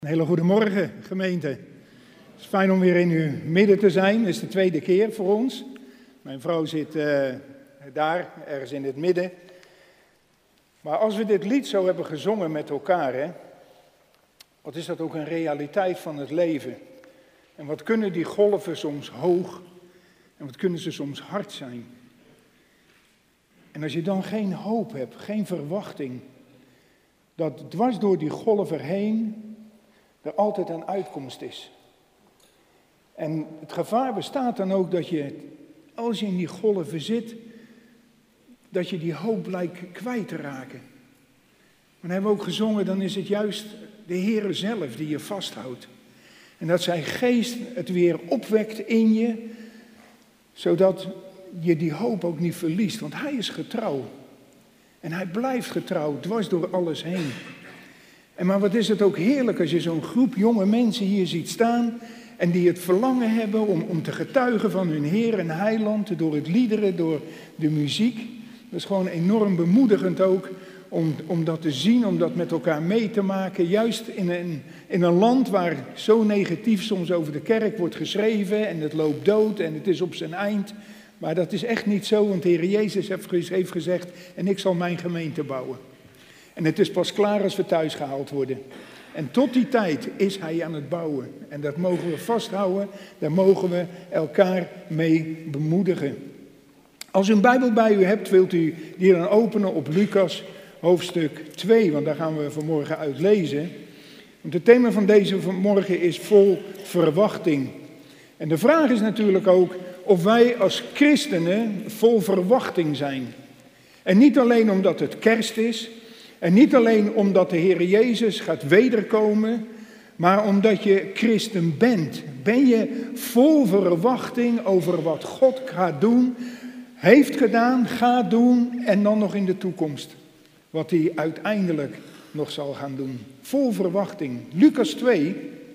Een hele goede morgen, gemeente. Het is fijn om weer in uw midden te zijn. Het is de tweede keer voor ons. Mijn vrouw zit daar, ergens in het midden. Maar als we dit lied zo hebben gezongen met elkaar, hè, wat is dat ook een realiteit van het leven? En wat kunnen die golven soms hoog en wat kunnen ze soms hard zijn? En als je dan geen hoop hebt, geen verwachting, dat dwars door die golven heen er altijd een uitkomst is. En het gevaar bestaat dan ook dat je, als je in die golven zit, dat je die hoop lijkt kwijt te raken. Maar dan hebben we ook gezongen, dan is het juist de Heere zelf die je vasthoudt. En dat zijn geest het weer opwekt in je, zodat je die hoop ook niet verliest. Want hij is getrouw. En hij blijft getrouw, dwars door alles heen. En maar wat is het ook heerlijk als je zo'n groep jonge mensen hier ziet staan en die het verlangen hebben om te getuigen van hun Heer en Heiland, door het liederen, door de muziek. Dat is gewoon enorm bemoedigend ook om dat te zien, om dat met elkaar mee te maken. Juist in een land waar zo negatief soms over de kerk wordt geschreven en het loopt dood en het is op zijn eind. Maar dat is echt niet zo, want de Heer Jezus heeft gezegd, en ik zal mijn gemeente bouwen. En het is pas klaar als we thuis gehaald worden. En tot die tijd is hij aan het bouwen. En dat mogen we vasthouden, daar mogen we elkaar mee bemoedigen. Als u een Bijbel bij u hebt, wilt u die dan openen op Lucas hoofdstuk 2, want daar gaan we vanmorgen uit lezen. Want het thema van deze vanmorgen is vol verwachting. En de vraag is natuurlijk ook of wij als christenen vol verwachting zijn. En niet alleen omdat het kerst is, en niet alleen omdat de Heer Jezus gaat wederkomen, maar omdat je christen bent. Ben je vol verwachting over wat God gaat doen, heeft gedaan, gaat doen en dan nog in de toekomst. Wat hij uiteindelijk nog zal gaan doen. Vol verwachting. Lucas 2.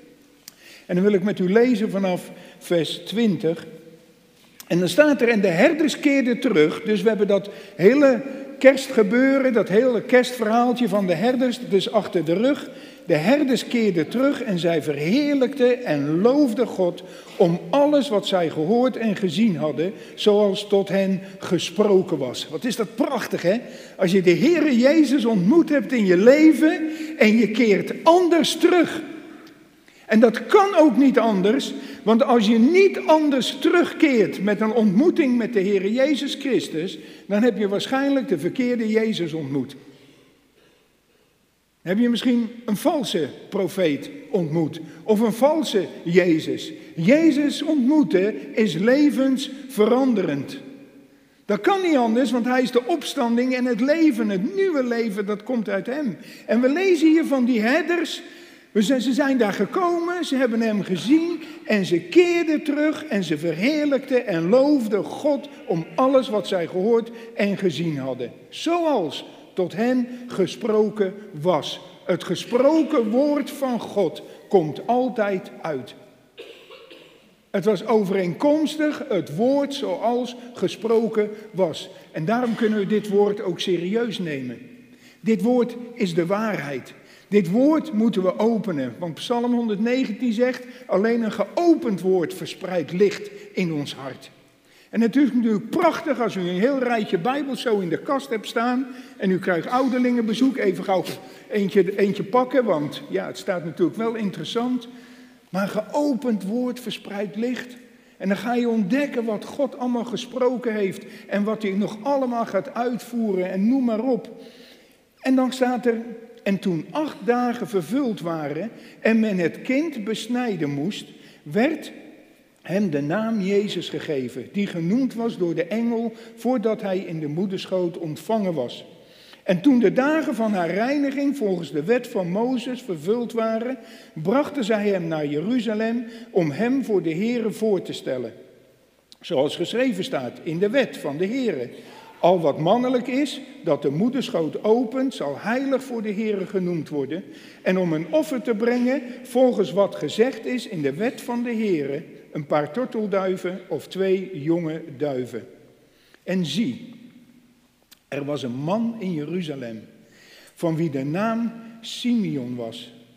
En dan wil ik met u lezen vanaf vers 20. En dan staat er, en de herders keerden terug. Dus we hebben dat hele kerstgebeuren, dat hele kerstverhaaltje van de herders, dus achter de rug. De herders keerden terug en zij verheerlijkten en loofden God om alles wat zij gehoord en gezien hadden, zoals tot hen gesproken was. Wat is dat prachtig, hè? Als je de Heere Jezus ontmoet hebt in je leven en je keert anders terug. En dat kan ook niet anders, want als je niet anders terugkeert met een ontmoeting met de Heere Jezus Christus, dan heb je waarschijnlijk de verkeerde Jezus ontmoet. Heb je misschien een valse profeet ontmoet of een valse Jezus. Jezus ontmoeten is levensveranderend. Dat kan niet anders, want hij is de opstanding en het leven, het nieuwe leven, dat komt uit hem. En we lezen hier van die herders. Ze zijn daar gekomen, ze hebben hem gezien en ze keerden terug en ze verheerlijkten en loofden God om alles wat zij gehoord en gezien hadden. Zoals tot hen gesproken was. Het gesproken woord van God komt altijd uit. Het was overeenkomstig het woord zoals gesproken was. En daarom kunnen we dit woord ook serieus nemen. Dit woord is de waarheid. Dit woord moeten we openen, want Psalm 119 zegt, alleen een geopend woord verspreidt licht in ons hart. En het is natuurlijk prachtig als u een heel rijtje Bijbels zo in de kast hebt staan en u krijgt ouderlingenbezoek, even gauw eentje pakken, want ja, het staat natuurlijk wel interessant. Maar een geopend woord verspreidt licht. En dan ga je ontdekken wat God allemaal gesproken heeft en wat hij nog allemaal gaat uitvoeren en noem maar op. En dan staat er, en toen 8 dagen vervuld waren en men het kind besnijden moest, werd hem de naam Jezus gegeven, die genoemd was door de engel voordat hij in de moederschoot ontvangen was. En toen de dagen van haar reiniging volgens de wet van Mozes vervuld waren, brachten zij hem naar Jeruzalem om hem voor de Heere voor te stellen. Zoals geschreven staat in de wet van de Heere. Al wat mannelijk is, dat de moederschoot opent, zal heilig voor de Heere genoemd worden. En om een offer te brengen, volgens wat gezegd is in de wet van de Heere, een paar tortelduiven of 2 jonge duiven. En zie, er was een man in Jeruzalem, van wie de naam Simeon was.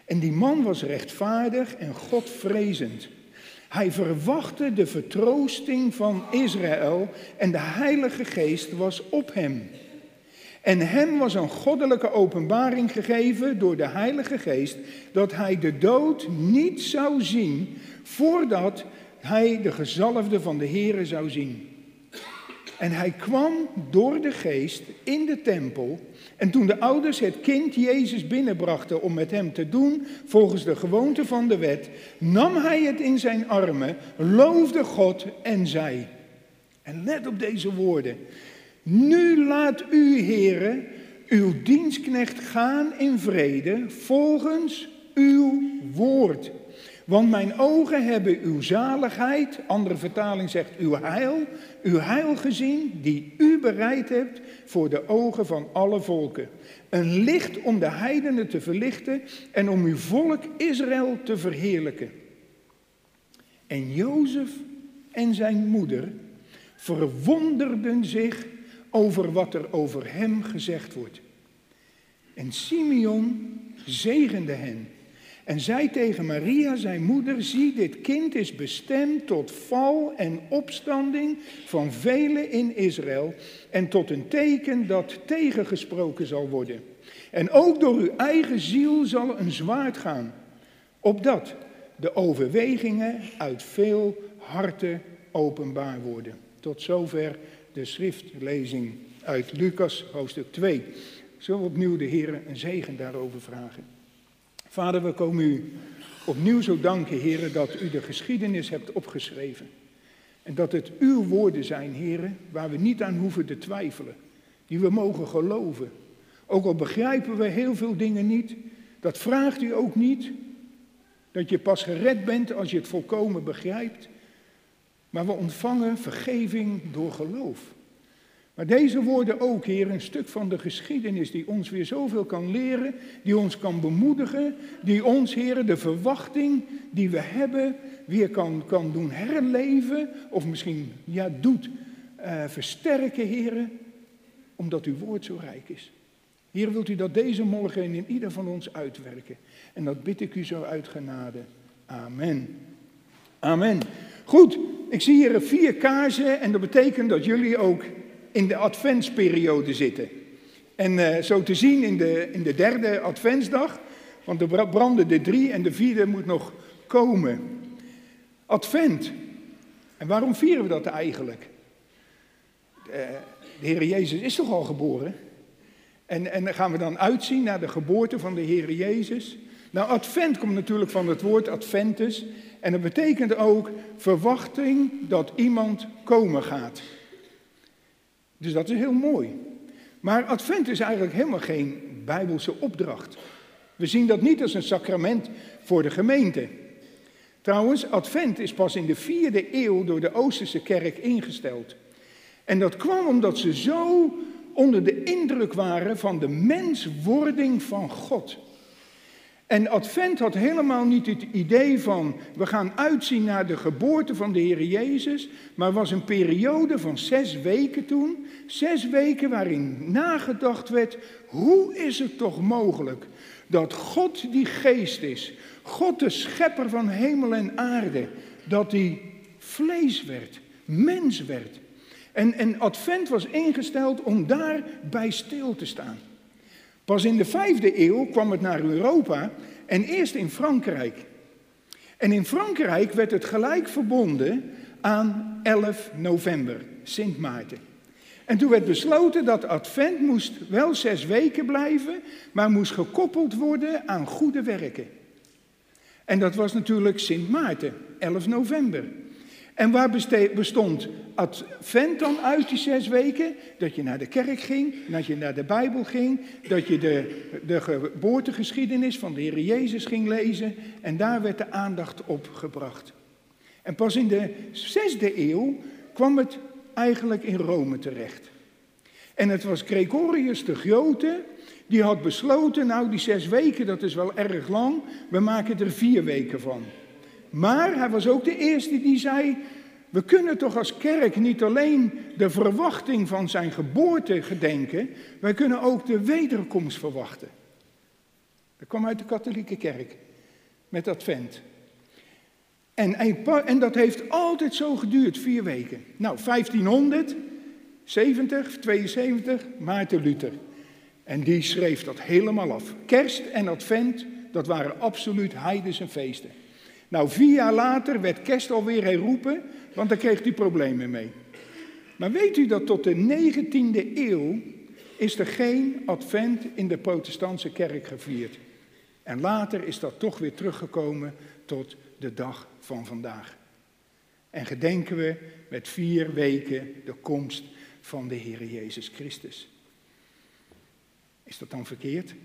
En die man was rechtvaardig en Godvrezend. Hij verwachtte de vertroosting van Israël en de Heilige Geest was op hem. En hem was een goddelijke openbaring gegeven door de Heilige Geest, dat hij de dood niet zou zien, voordat hij de gezalfde van de Here zou zien. En hij kwam door de Geest in de tempel. En toen de ouders het kind Jezus binnenbrachten om met hem te doen volgens de gewoonte van de wet, nam hij het in zijn armen, loofde God en zei. En let op deze woorden. Nu laat u, Heere, uw dienstknecht gaan in vrede volgens uw woord. Want mijn ogen hebben uw zaligheid, andere vertaling zegt uw heil gezien, die u bereid hebt voor de ogen van alle volken. Een licht om de heidenen te verlichten en om uw volk Israël te verheerlijken. En Jozef en zijn moeder verwonderden zich over wat er over hem gezegd wordt. En Simeon zegende hen. En zei tegen Maria, zijn moeder, zie, dit kind is bestemd tot val en opstanding van velen in Israël en tot een teken dat tegengesproken zal worden. En ook door uw eigen ziel zal een zwaard gaan, opdat de overwegingen uit veel harten openbaar worden. Tot zover de schriftlezing uit Lucas hoofdstuk 2. Zullen we opnieuw de Heer een zegen daarover vragen. Vader, we komen u opnieuw zo danken, Heer, dat u de geschiedenis hebt opgeschreven. En dat het uw woorden zijn, Heer, waar we niet aan hoeven te twijfelen. Die we mogen geloven. Ook al begrijpen we heel veel dingen niet, dat vraagt u ook niet. Dat je pas gered bent als je het volkomen begrijpt. Maar we ontvangen vergeving door geloof. Maar deze woorden ook, Heer, een stuk van de geschiedenis die ons weer zoveel kan leren, die ons kan bemoedigen, die ons, Heer, de verwachting die we hebben weer kan doen herleven, of misschien doet versterken, Heer, omdat uw woord zo rijk is. Heer, wilt u dat deze morgen in ieder van ons uitwerken? En dat bid ik u zo uit genade. Amen. Amen. Goed, ik zie hier 4 kaarsen en dat betekent dat jullie ook in de adventsperiode zitten. En zo te zien in de 3e adventsdag, want er branden de 3 en de 4e moet nog komen. Advent. En waarom vieren we dat eigenlijk? De Heer Jezus is toch al geboren? En gaan we dan uitzien naar de geboorte van de Heer Jezus? Nou, advent komt natuurlijk van het woord adventus. En dat betekent ook verwachting dat iemand komen gaat. Dus dat is heel mooi. Maar advent is eigenlijk helemaal geen bijbelse opdracht. We zien dat niet als een sacrament voor de gemeente. Trouwens, advent is pas in de 4e eeuw door de Oosterse kerk ingesteld. En dat kwam omdat ze zo onder de indruk waren van de menswording van God. En advent had helemaal niet het idee van we gaan uitzien naar de geboorte van de Heer Jezus, maar was een periode van 6 weken toen. 6 weken waarin nagedacht werd, hoe is het toch mogelijk dat God die geest is, God de schepper van hemel en aarde, dat hij vlees werd, mens werd. En advent was ingesteld om daarbij stil te staan. Pas in de 5e eeuw kwam het naar Europa en eerst in Frankrijk. En in Frankrijk werd het gelijk verbonden aan 11 november, Sint Maarten. En toen werd besloten dat advent moest wel 6 weken blijven, maar moest gekoppeld worden aan goede werken. En dat was natuurlijk Sint Maarten, 11 november. En waar bestond advent dan uit die 6 weken? Dat je naar de kerk ging, dat je naar de Bijbel ging, dat je de geboortegeschiedenis van de Heer Jezus ging lezen en daar werd de aandacht op gebracht. En pas in de 6e eeuw kwam het eigenlijk in Rome terecht. En het was Gregorius de Grote, die had besloten, nou die 6 weken dat is wel erg lang, we maken er 4 weken van. Maar hij was ook de eerste die zei, we kunnen toch als kerk niet alleen de verwachting van zijn geboorte gedenken, wij kunnen ook de wederkomst verwachten. Dat kwam uit de katholieke kerk, met Advent. En dat heeft altijd zo geduurd, 4 weken. Nou, 1570, 72, Maarten Luther. En die schreef dat helemaal af. Kerst en Advent, dat waren absoluut heidense feesten. Nou, 4 jaar later werd kerst alweer herroepen, want daar kreeg hij problemen mee. Maar weet u dat tot de 19e eeuw is er geen Advent in de protestantse kerk gevierd. En later is dat toch weer teruggekomen tot de dag van vandaag. En gedenken we met 4 weken de komst van de Heer Jezus Christus. Is dat dan verkeerd?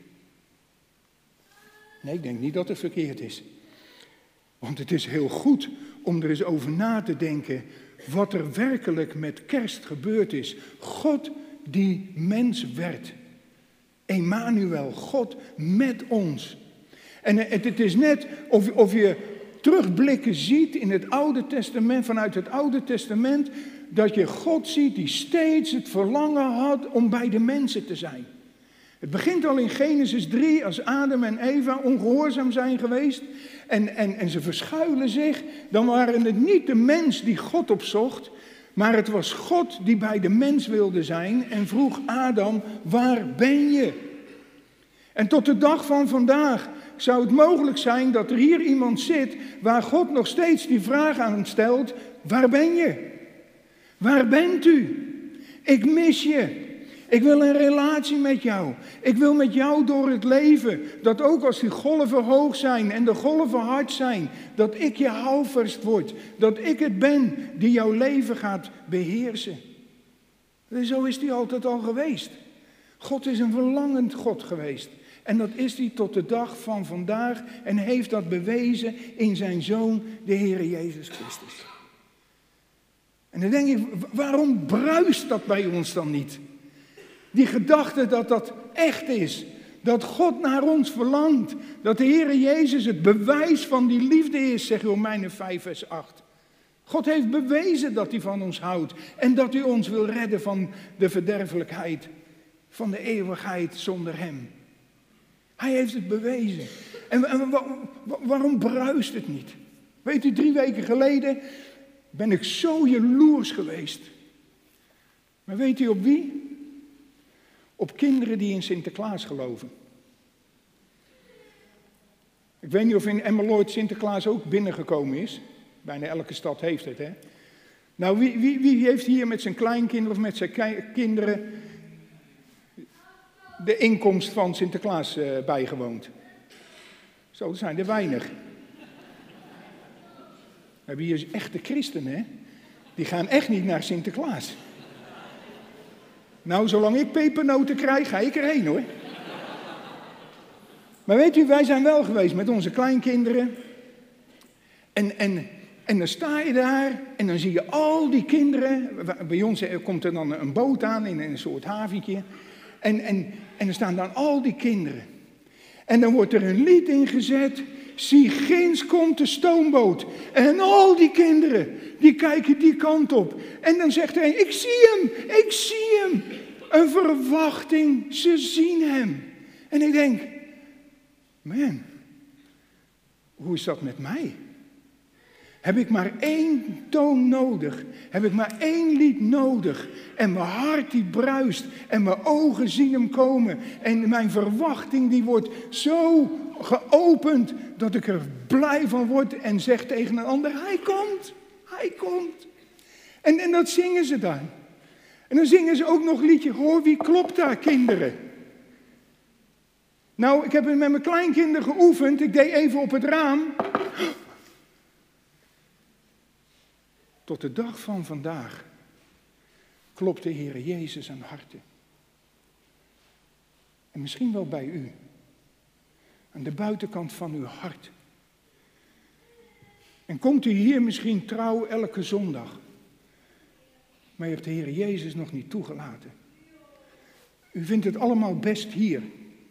Nee, ik denk niet dat het verkeerd is. Want het is heel goed om er eens over na te denken wat er werkelijk met kerst gebeurd is. God die mens werd. Emmanuel, God met ons. En het is net of je terugblikken ziet in het Oude Testament, vanuit het Oude Testament, dat je God ziet die steeds het verlangen had om bij de mensen te zijn. Het begint al in Genesis 3 als Adam en Eva ongehoorzaam zijn geweest en ze verschuilen zich. Dan waren het niet de mens die God opzocht, maar het was God die bij de mens wilde zijn en vroeg Adam, waar ben je? En tot de dag van vandaag zou het mogelijk zijn dat er hier iemand zit waar God nog steeds die vraag aan hem stelt, waar ben je? Waar bent u? Ik mis je. Ik wil een relatie met jou. Ik wil met jou door het leven. Dat ook als die golven hoog zijn en de golven hard zijn, dat ik je houvast word. Dat ik het ben die jouw leven gaat beheersen. En zo is hij altijd al geweest. God is een verlangend God geweest. En dat is hij tot de dag van vandaag en heeft dat bewezen in zijn Zoon, de Heer Jezus Christus. En dan denk ik, waarom bruist dat bij ons dan niet? Die gedachte dat dat echt is. Dat God naar ons verlangt. Dat de Heer Jezus het bewijs van die liefde is, zegt Romeinen 5 vers 8. God heeft bewezen dat hij van ons houdt. En dat hij ons wil redden van de verderfelijkheid. Van de eeuwigheid zonder hem. Hij heeft het bewezen. En waarom bruist het niet? Weet u, 3 weken geleden ben ik zo jaloers geweest. Maar weet u op wie? Op kinderen die in Sinterklaas geloven. Ik weet niet of in Emmeloord Sinterklaas ook binnengekomen is. Bijna elke stad heeft het, hè. Nou, wie heeft hier met zijn kleinkinderen of met zijn kinderen de inkomst van Sinterklaas bijgewoond? Zo, dat zijn er weinig. We hebben hier echte christenen, hè. Die gaan echt niet naar Sinterklaas. Nou, zolang ik pepernoten krijg, ga ik erheen, hoor. Maar weet u, wij zijn wel geweest met onze kleinkinderen. En dan sta je daar en dan zie je al die kinderen. Bij ons komt er dan een boot aan in een soort haventje. En er staan dan al die kinderen. En dan wordt er een lied ingezet. Zie, ginds komt de stoomboot. En al die kinderen, die kijken die kant op. En dan zegt er een, ik zie hem. Een verwachting, ze zien hem. En ik denk, man, hoe is dat met mij? Heb ik maar 1 toon nodig? Heb ik maar 1 lied nodig? En mijn hart die bruist en mijn ogen zien hem komen. En mijn verwachting die wordt zo geopend dat ik er blij van word en zeg tegen een ander, hij komt. En dat zingen ze dan. En dan zingen ze ook nog een liedje, hoor wie klopt daar, kinderen? Nou, ik heb het met mijn kleinkinderen geoefend, ik deed even op het raam. Tot de dag van vandaag klopt de Heer Jezus aan harten. En misschien wel bij u. Aan de buitenkant van uw hart. En komt u hier misschien trouw elke zondag. Maar u hebt de Heer Jezus nog niet toegelaten. U vindt het allemaal best hier.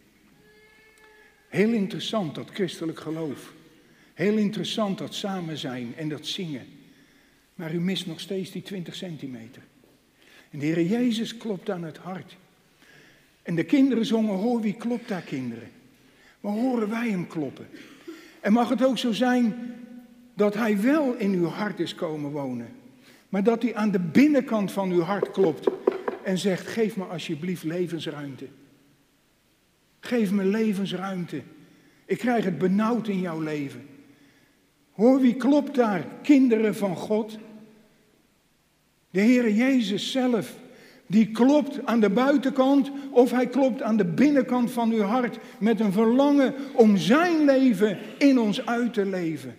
Heel interessant dat christelijk geloof. Heel interessant dat samen zijn en dat zingen. Maar u mist nog steeds die 20 centimeter. En de Heer Jezus klopt aan het hart. En de kinderen zongen, hoor wie klopt daar, kinderen. Maar horen wij hem kloppen? En mag het ook zo zijn dat hij wel in uw hart is komen wonen. Maar dat hij aan de binnenkant van uw hart klopt en zegt, geef me alsjeblieft levensruimte. Geef me levensruimte. Ik krijg het benauwd in jouw leven. Hoor, wie klopt daar? Kinderen van God. De Heere Jezus zelf. Die klopt aan de buitenkant of hij klopt aan de binnenkant van uw hart. Met een verlangen om zijn leven in ons uit te leven.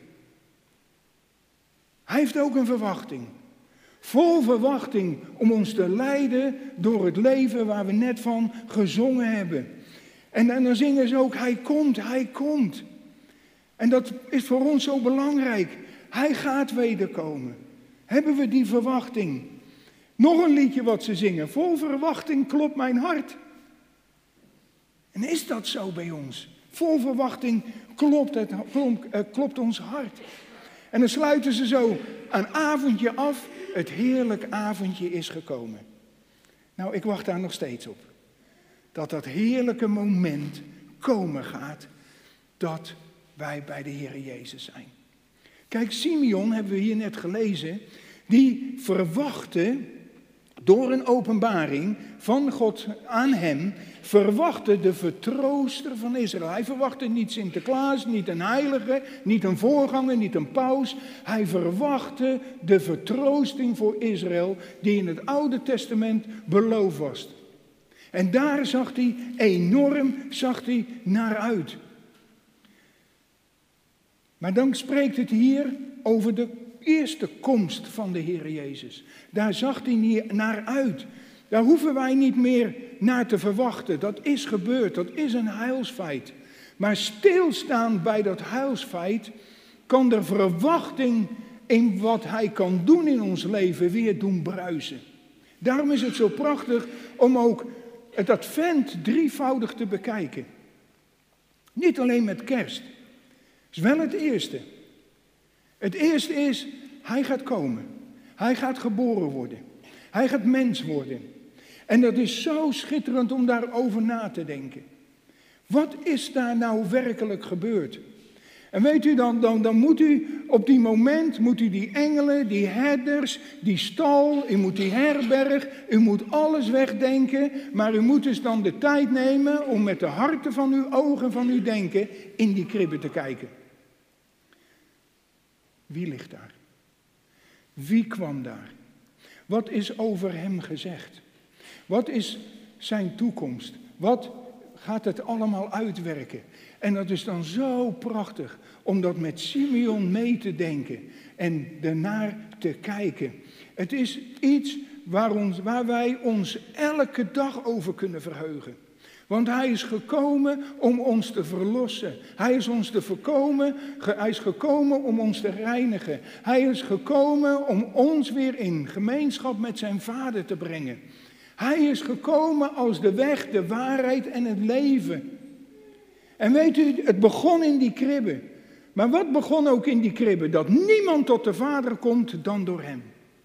Hij heeft ook een verwachting. Vol verwachting om ons te leiden door het leven waar we net van gezongen hebben. En dan zingen ze ook, hij komt, hij komt. En dat is voor ons zo belangrijk. Hij gaat wederkomen. Hebben we die verwachting? Nog een liedje wat ze zingen. Vol verwachting klopt mijn hart. En is dat zo bij ons? Vol verwachting klopt ons hart. En dan sluiten ze zo een avondje af. Het heerlijk avondje is gekomen. Nou, ik wacht daar nog steeds op. Dat heerlijke moment komen gaat. Dat wij bij de Heere Jezus zijn. Kijk, Simeon, hebben we hier net gelezen. Die verwachtte door een openbaring van God aan hem, verwachtte de vertrooster van Israël. Hij verwachtte niet Sinterklaas, niet een heilige, niet een voorganger, niet een paus. Hij verwachtte de vertroosting voor Israël die in het Oude Testament beloofd was. En daar zag hij enorm naar uit. Maar dan spreekt het hier over de eerste komst van de Heer Jezus. Daar zag hij niet naar uit. Daar hoeven wij niet meer naar te verwachten. Dat is gebeurd, dat is een heilsfeit. Maar stilstaan bij dat heilsfeit kan de verwachting in wat hij kan doen in ons leven weer doen bruisen. Daarom is het zo prachtig om ook het advent drievoudig te bekijken. Niet alleen met kerst. Dat is wel het eerste. Het eerste is, hij gaat komen. Hij gaat geboren worden. Hij gaat mens worden. En dat is zo schitterend om daarover na te denken. Wat is daar nou werkelijk gebeurd? En weet u, dan moet u op die moment, moet u die engelen, die herders, die stal, u moet die herberg, u moet alles wegdenken. Maar u moet dus dan de tijd nemen om met de harten van uw ogen, van uw denken, in die kribbe te kijken. Wie ligt daar? Wie kwam daar? Wat is over hem gezegd? Wat is zijn toekomst? Wat gaat het allemaal uitwerken? En dat is dan zo prachtig om dat met Simeon mee te denken en ernaar te kijken. Het is iets waar wij ons elke dag over kunnen verheugen. Want hij is gekomen om ons te verlossen. Hij is gekomen om ons te reinigen. Hij is gekomen om ons weer in gemeenschap met zijn Vader te brengen. Hij is gekomen als de weg, de waarheid en het leven. En weet u, het begon in die kribbe. Maar wat begon ook in die kribbe? Dat niemand tot de Vader komt dan door hem.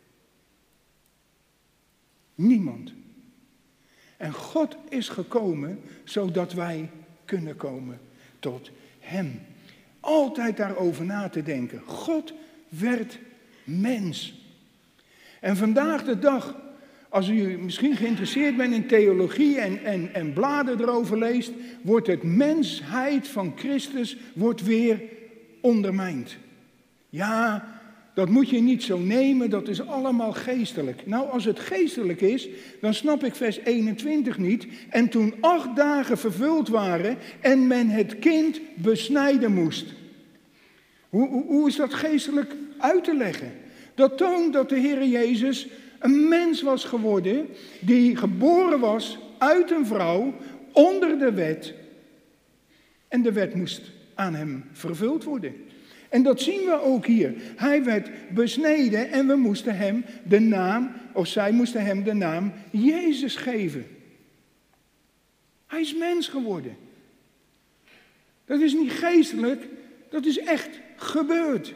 Niemand. En God is gekomen zodat wij kunnen komen tot hem. Altijd daarover na te denken. God werd mens. En vandaag de dag, als u misschien geïnteresseerd bent in theologie en bladen erover leest, wordt het mensheid van Christus weer ondermijnd. Ja, dat moet je niet zo nemen, dat is allemaal geestelijk. Nou, als het geestelijk is, dan snap ik vers 21 niet. En toen 8 dagen vervuld waren en men het kind besnijden moest. Hoe is dat geestelijk uit te leggen? Dat toont dat de Heer Jezus een mens was geworden die geboren was uit een vrouw onder de wet. En de wet moest aan hem vervuld worden. En dat zien we ook hier. Hij werd besneden en we moesten hem de naam, of zij moesten hem de naam Jezus geven. Hij is mens geworden. Dat is niet geestelijk, dat is echt gebeurd.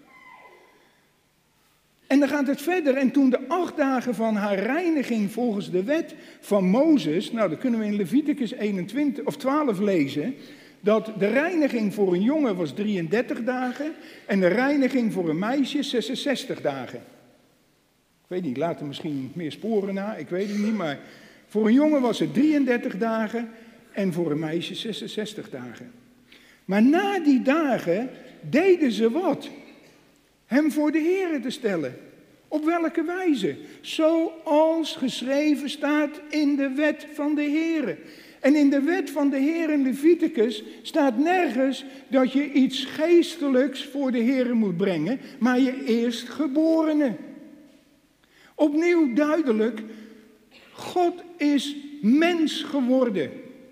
En dan gaat het verder. En toen de 8 dagen van haar reiniging volgens de wet van Mozes, nou dat kunnen we in Leviticus 12 lezen. dat de reiniging voor een jongen was 33 dagen en de reiniging voor een meisje 66 dagen. Ik weet niet, laten misschien meer sporen na, ik weet het niet, maar voor een jongen was het 33 dagen en voor een meisje 66 dagen. Maar na die dagen deden ze wat? Hem voor de Here te stellen. Op welke wijze? Zoals geschreven staat in de wet van de Here. En in de wet van de Heer in Leviticus staat nergens dat je iets geestelijks voor de Heer moet brengen, maar je eerstgeborene. Opnieuw duidelijk, God is mens geworden.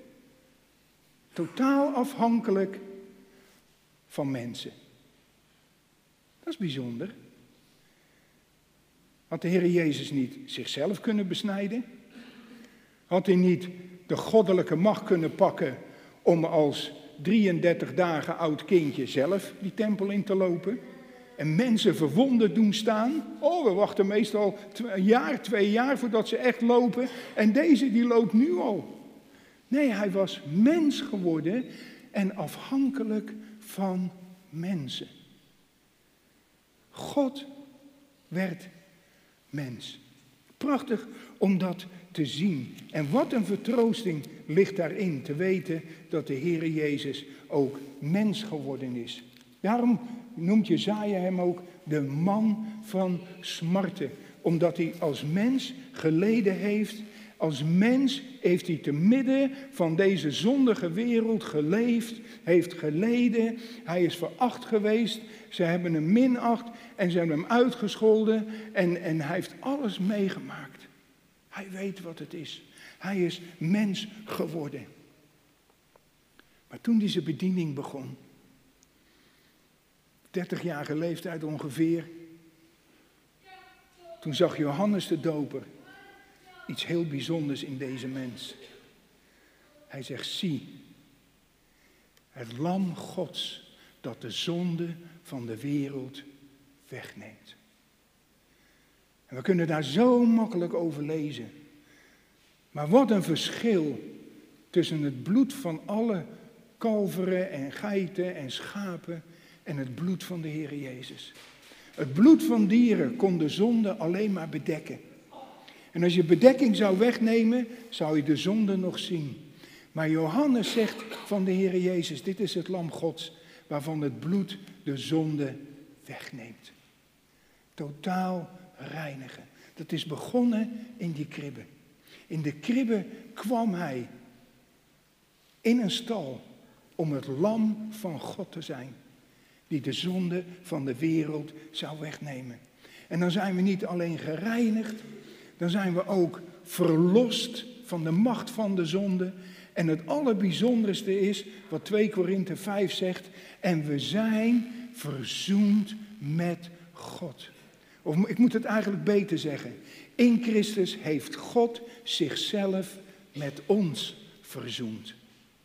Totaal afhankelijk van mensen. Dat is bijzonder. Had de Heer Jezus niet zichzelf kunnen besnijden? Had hij niet de goddelijke macht kunnen pakken om als 33 dagen oud kindje zelf die tempel in te lopen? En mensen verwonderd doen staan? Oh, we wachten meestal een jaar, 2 jaar voordat ze echt lopen. En deze die loopt nu al. Nee, hij was mens geworden en afhankelijk van mensen. God werd mens. Prachtig om dat te zien. En wat een vertroosting ligt daarin, te weten dat de Heere Jezus ook mens geworden is. Daarom noemt Jesaja hem ook de man van smarten. Omdat hij als mens geleden heeft. Als mens heeft hij te midden van deze zondige wereld geleefd, heeft geleden. Hij is veracht geweest, ze hebben hem minacht en ze hebben hem uitgescholden en hij heeft alles meegemaakt. Hij weet wat het is. Hij is mens geworden. Maar toen hij zijn bediening begon, 30-jarige leeftijd ongeveer, toen zag Johannes de Doper iets heel bijzonders in deze mens. Hij zegt, zie, het lam Gods dat de zonde van de wereld wegneemt. En we kunnen daar zo makkelijk over lezen. Maar wat een verschil tussen het bloed van alle kalveren en geiten en schapen en het bloed van de Heer Jezus. Het bloed van dieren kon de zonde alleen maar bedekken. En als je bedekking zou wegnemen, zou je de zonde nog zien. Maar Johannes zegt van de Heer Jezus, dit is het lam Gods, waarvan het bloed de zonde wegneemt. Totaal reinigen. Dat is begonnen in die kribbe. In de kribbe kwam hij in een stal om het lam van God te zijn, die de zonde van de wereld zou wegnemen. En dan zijn we niet alleen gereinigd, dan zijn we ook verlost van de macht van de zonde. En het allerbijzonderste is wat 2 Korinthe 5 zegt. En we zijn verzoend met God. Of ik moet het eigenlijk beter zeggen. In Christus heeft God zichzelf met ons verzoend.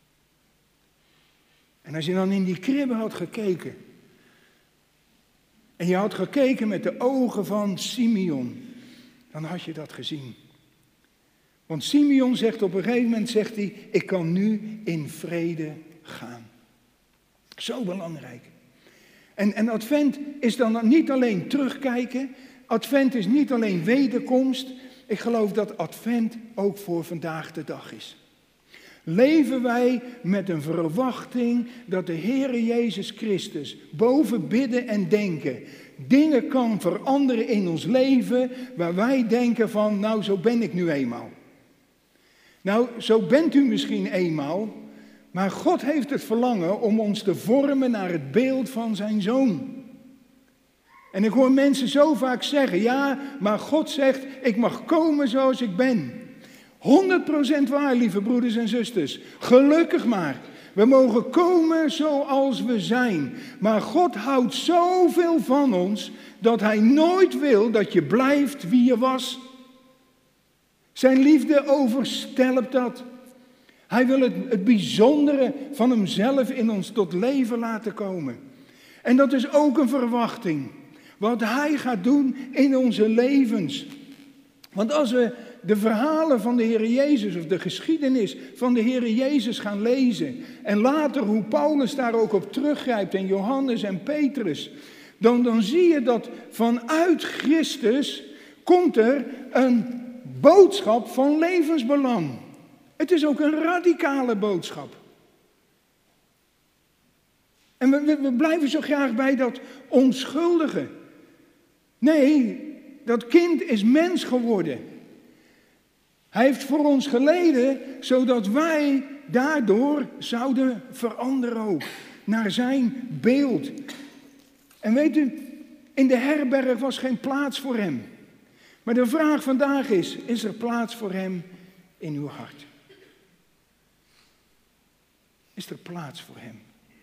En als je dan in die kribbe had gekeken. En je had gekeken met de ogen van Simeon. Dan had je dat gezien. Want Simeon zegt op een gegeven moment, zegt hij, ik kan nu in vrede gaan. Zo belangrijk. En Advent is dan niet alleen terugkijken. Advent is niet alleen wederkomst. Ik geloof dat Advent ook voor vandaag de dag is. Leven wij met een verwachting dat de Heere Jezus Christus boven bidden en denken dingen kan veranderen in ons leven waar wij denken van, nou zo ben ik nu eenmaal. Nou, zo bent u misschien eenmaal, maar God heeft het verlangen om ons te vormen naar het beeld van zijn Zoon. En ik hoor mensen zo vaak zeggen, ja, maar God zegt, ik mag komen zoals ik ben. 100% waar, lieve broeders en zusters. Gelukkig maar. We mogen komen zoals we zijn. Maar God houdt zoveel van ons dat hij nooit wil dat je blijft wie je was. Zijn liefde overstelpt dat. Hij wil het bijzondere van hemzelf in ons tot leven laten komen. En dat is ook een verwachting. Wat hij gaat doen in onze levens. Want als we de verhalen van de Heer Jezus of de geschiedenis van de Heer Jezus gaan lezen. En later hoe Paulus daar ook op teruggrijpt en Johannes en Petrus. Dan zie je dat vanuit Christus komt er een boodschap van levensbelang. Het is ook een radicale boodschap. En we blijven zo graag bij dat onschuldige. Nee, dat kind is mens geworden. Hij heeft voor ons geleden, zodat wij daardoor zouden veranderen ook. Naar zijn beeld. En weet u, in de herberg was geen plaats voor hem. Maar de vraag vandaag is er plaats voor hem in uw hart? Is er plaats voor hem?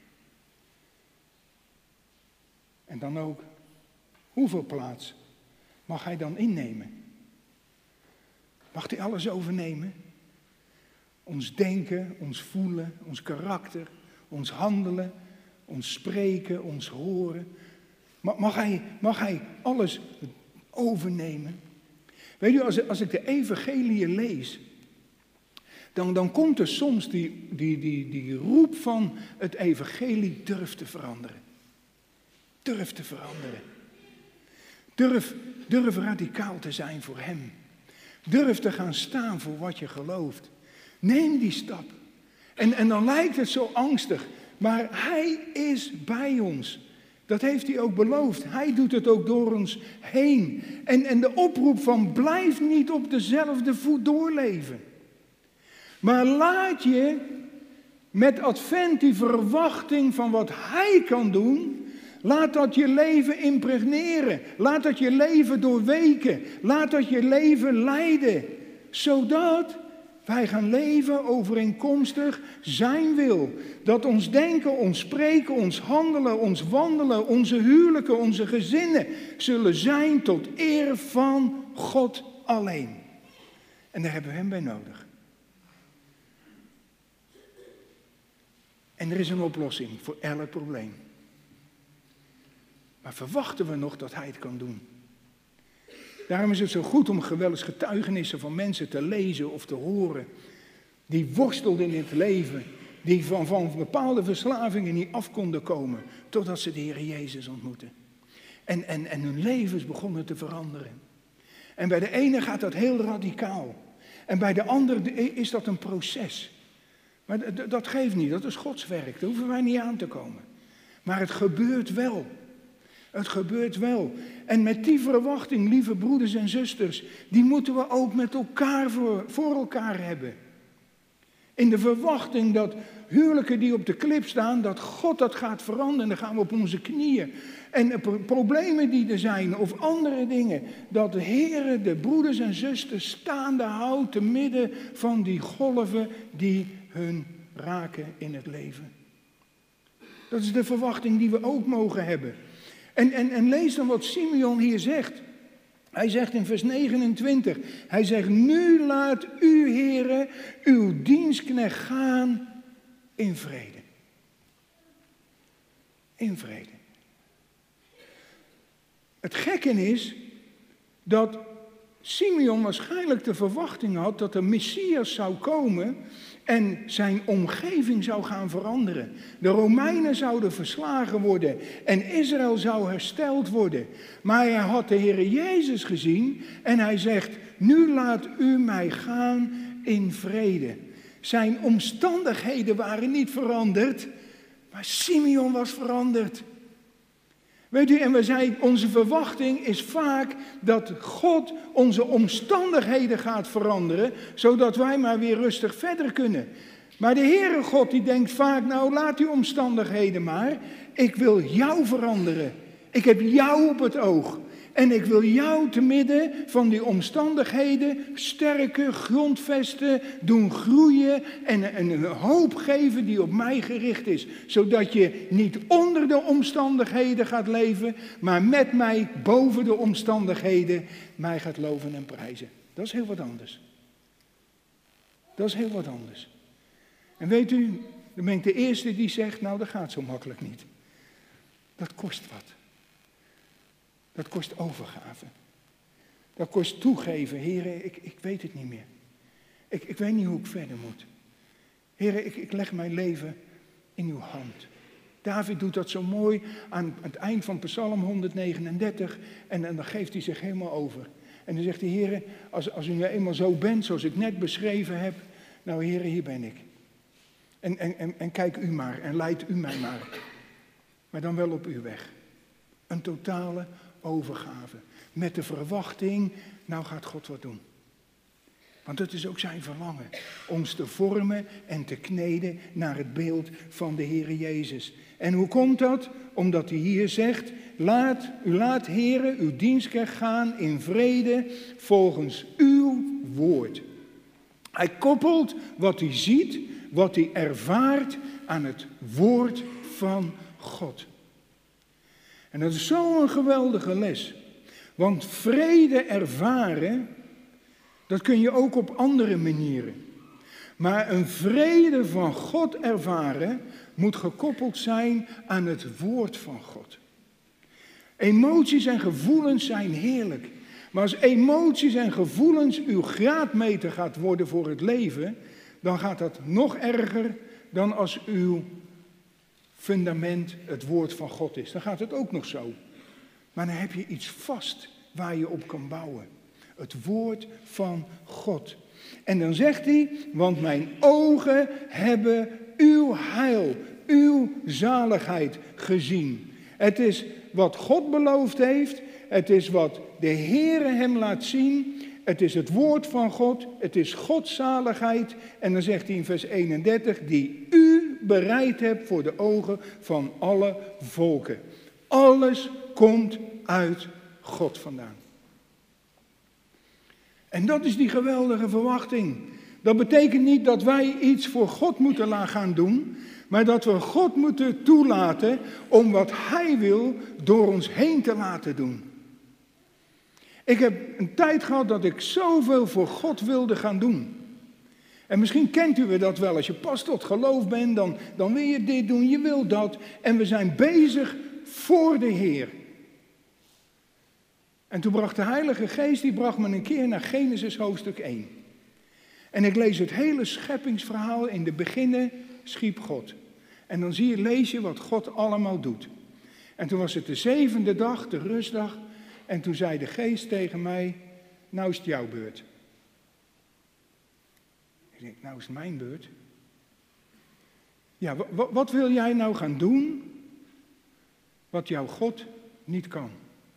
En dan ook, hoeveel plaats mag hij dan innemen? Mag hij alles overnemen? Ons denken, ons voelen, ons karakter, ons handelen, ons spreken, ons horen. Mag hij alles overnemen? Weet u, als ik de evangelie lees, dan komt er soms die roep van het evangelie: durf te veranderen. Durf te veranderen. Durf radicaal te zijn voor hem. Durf te gaan staan voor wat je gelooft. Neem die stap. En dan lijkt het zo angstig, maar hij is bij ons. Dat heeft hij ook beloofd. Hij doet het ook door ons heen. En de oproep van blijf niet op dezelfde voet doorleven. Maar laat je met Advent die verwachting van wat hij kan doen, laat dat je leven impregneren. Laat dat je leven doorweken. Laat dat je leven leiden. Zodat wij gaan leven overeenkomstig zijn wil. Dat ons denken, ons spreken, ons handelen, ons wandelen, onze huwelijken, onze gezinnen zullen zijn tot eer van God alleen. En daar hebben we hem bij nodig. En er is een oplossing voor elk probleem. Maar verwachten we nog dat hij het kan doen? Daarom is het zo goed om wel eens getuigenissen van mensen te lezen of te horen. Die worstelden in het leven. Die van bepaalde verslavingen niet af konden komen. Totdat ze de Heer Jezus ontmoetten. En hun levens begonnen te veranderen. En bij de ene gaat dat heel radicaal. En bij de andere is dat een proces. Maar dat geeft niet, dat is Gods werk. Daar hoeven wij niet aan te komen. Maar het gebeurt wel. Het gebeurt wel. En met die verwachting, lieve broeders en zusters, die moeten we ook met elkaar voor elkaar hebben. In de verwachting dat huwelijken die op de klip staan, dat God dat gaat veranderen. Dan gaan we op onze knieën. En problemen die er zijn of andere dingen, dat de Heer de broeders en zusters staande houdt te midden van die golven die hun raken in het leven. Dat is de verwachting die we ook mogen hebben. En lees dan wat Simeon hier zegt. Hij zegt in vers 29, hij zegt: nu laat u, Heere, uw dienstknecht gaan in vrede. In vrede. Het gekke is dat Simeon waarschijnlijk de verwachting had dat de Messias zou komen en zijn omgeving zou gaan veranderen. De Romeinen zouden verslagen worden en Israël zou hersteld worden. Maar hij had de Heer Jezus gezien en hij zegt: nu laat u mij gaan in vrede. Zijn omstandigheden waren niet veranderd, maar Simeon was veranderd. Weet u, en onze verwachting is vaak dat God onze omstandigheden gaat veranderen, zodat wij maar weer rustig verder kunnen. Maar de Heere God die denkt vaak: nou laat die omstandigheden maar, ik wil jou veranderen. Ik heb jou op het oog. En ik wil jou te midden van die omstandigheden sterken, grondvesten, doen groeien en een hoop geven die op mij gericht is. Zodat je niet onder de omstandigheden gaat leven, maar met mij boven de omstandigheden mij gaat loven en prijzen. Dat is heel wat anders. Dat is heel wat anders. En weet u, dan ben ik de eerste die zegt: nou dat gaat zo makkelijk niet. Dat kost wat. Dat kost overgave. Dat kost toegeven, Heer, ik weet het niet meer. Ik weet niet hoe ik verder moet. Heer, ik leg mijn leven in uw hand. David doet dat zo mooi aan het eind van Psalm 139 en dan geeft hij zich helemaal over. En dan zegt hij, Heer, als u nou eenmaal zo bent zoals ik net beschreven heb, nou Heer, hier ben ik. En kijk u maar en leid u mij maar. Maar dan wel op uw weg. Een totale overgave. Met de verwachting, nou gaat God wat doen. Want het is ook zijn verlangen. Ons te vormen en te kneden naar het beeld van de Heere Jezus. En hoe komt dat? Omdat hij hier zegt, u laat Heere uw dienstknecht gaan in vrede volgens uw woord. Hij koppelt wat hij ziet, wat hij ervaart aan het woord van God. En dat is zo'n geweldige les. Want vrede ervaren, dat kun je ook op andere manieren. Maar een vrede van God ervaren moet gekoppeld zijn aan het woord van God. Emoties en gevoelens zijn heerlijk. Maar als emoties en gevoelens uw graadmeter gaat worden voor het leven, dan gaat dat nog erger dan als uw fundament het woord van God is. Dan gaat het ook nog zo. Maar dan heb je iets vast waar je op kan bouwen. Het woord van God. En dan zegt hij, want mijn ogen hebben uw heil, uw zaligheid gezien. Het is wat God beloofd heeft. Het is wat de Heere hem laat zien. Het is het woord van God. Het is Gods zaligheid. En dan zegt hij in vers 31, die u bereid hebt voor de ogen van alle volken. Alles komt uit God vandaan. En dat is die geweldige verwachting. Dat betekent niet dat wij iets voor God moeten gaan doen, maar dat we God moeten toelaten om wat Hij wil door ons heen te laten doen. Ik heb een tijd gehad dat ik zoveel voor God wilde gaan doen. En misschien kent u dat wel, als je pas tot geloof bent, dan wil je dit doen, je wil dat. En we zijn bezig voor de Heer. En toen bracht de Heilige Geest, die bracht me een keer naar Genesis hoofdstuk 1. En ik lees het hele scheppingsverhaal. In de beginnen schiep God. En dan lees je wat God allemaal doet. En toen was het de 7e dag, de rustdag. En toen zei de Geest tegen mij, nou is het jouw beurt. Ik denk, nou is het mijn beurt. Ja, wat wil jij nou gaan doen wat jouw God niet kan?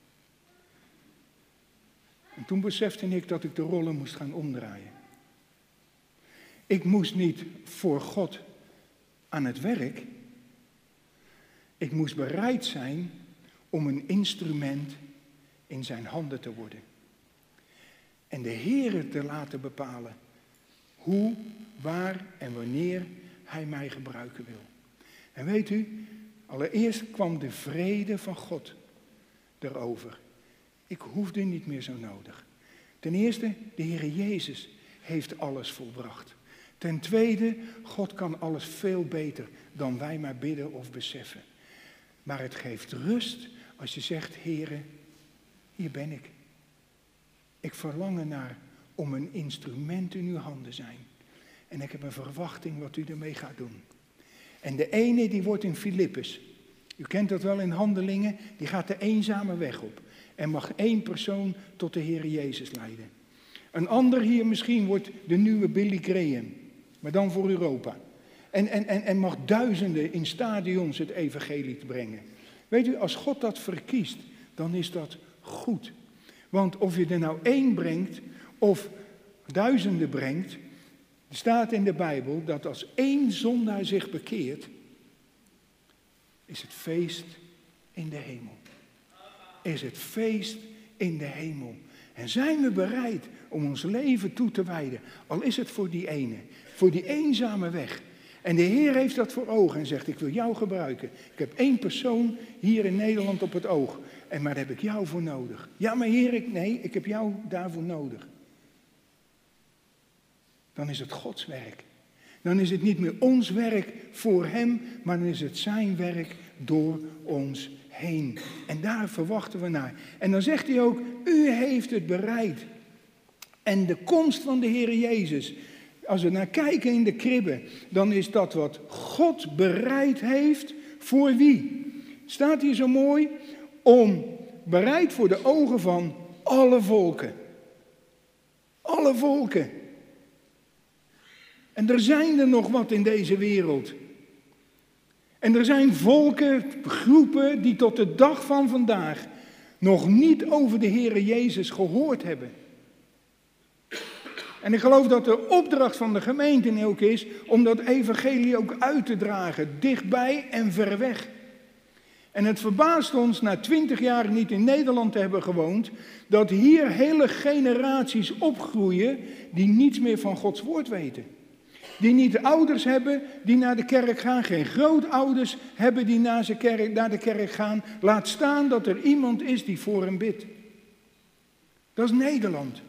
En toen besefte ik dat ik de rollen moest gaan omdraaien. Ik moest niet voor God aan het werk. Ik moest bereid zijn om een instrument in zijn handen te worden. En de Heere te laten bepalen hoe, waar en wanneer hij mij gebruiken wil. En weet u, allereerst kwam de vrede van God erover. Ik hoefde niet meer zo nodig. Ten eerste, de Heere Jezus heeft alles volbracht. Ten tweede, God kan alles veel beter dan wij maar bidden of beseffen. Maar het geeft rust als je zegt, Heere, hier ben ik. Ik verlang ernaar om een instrument in uw handen zijn. En ik heb een verwachting wat u ermee gaat doen. En de ene die wordt in Filippus. U kent dat wel in Handelingen. Die gaat de eenzame weg op. En mag 1 persoon tot de Heere Jezus leiden. Een ander hier misschien wordt de nieuwe Billy Graham. Maar dan voor Europa. En mag duizenden in stadions het evangelie brengen. Weet u, als God dat verkiest, dan is dat goed. Want of je er nou 1 brengt of duizenden brengt, er staat in de Bijbel dat als 1 zondaar zich bekeert, is het feest in de hemel. Is het feest in de hemel. En zijn we bereid om ons leven toe te wijden, al is het voor die ene, voor die eenzame weg. En de Heer heeft dat voor ogen en zegt, ik wil jou gebruiken. Ik heb 1 persoon hier in Nederland op het oog. Maar daar heb ik jou voor nodig. Ja, maar Heer, ik heb jou daarvoor nodig. Dan is het Gods werk. Dan is het niet meer ons werk voor hem, maar dan is het zijn werk door ons heen. heen. En daar verwachten we naar. En dan zegt hij ook, u heeft het bereid. En de komst van de Heer Jezus, als we naar kijken in de kribbe, dan is dat wat God bereid heeft voor wie? Staat hier zo mooi, bereid voor de ogen van alle volken. Alle volken. En er zijn er nog wat in deze wereld. En er zijn volken, groepen die tot de dag van vandaag nog niet over de Heere Jezus gehoord hebben. En ik geloof dat de opdracht van de gemeente ook is om dat evangelie ook uit te dragen, dichtbij en ver weg. En het verbaast ons, na 20 jaar niet in Nederland te hebben gewoond, dat hier hele generaties opgroeien die niets meer van Gods woord weten. Die niet ouders hebben die naar de kerk gaan, geen grootouders hebben die naar de kerk gaan. Laat staan dat er iemand is die voor hem bidt. Dat is Nederland.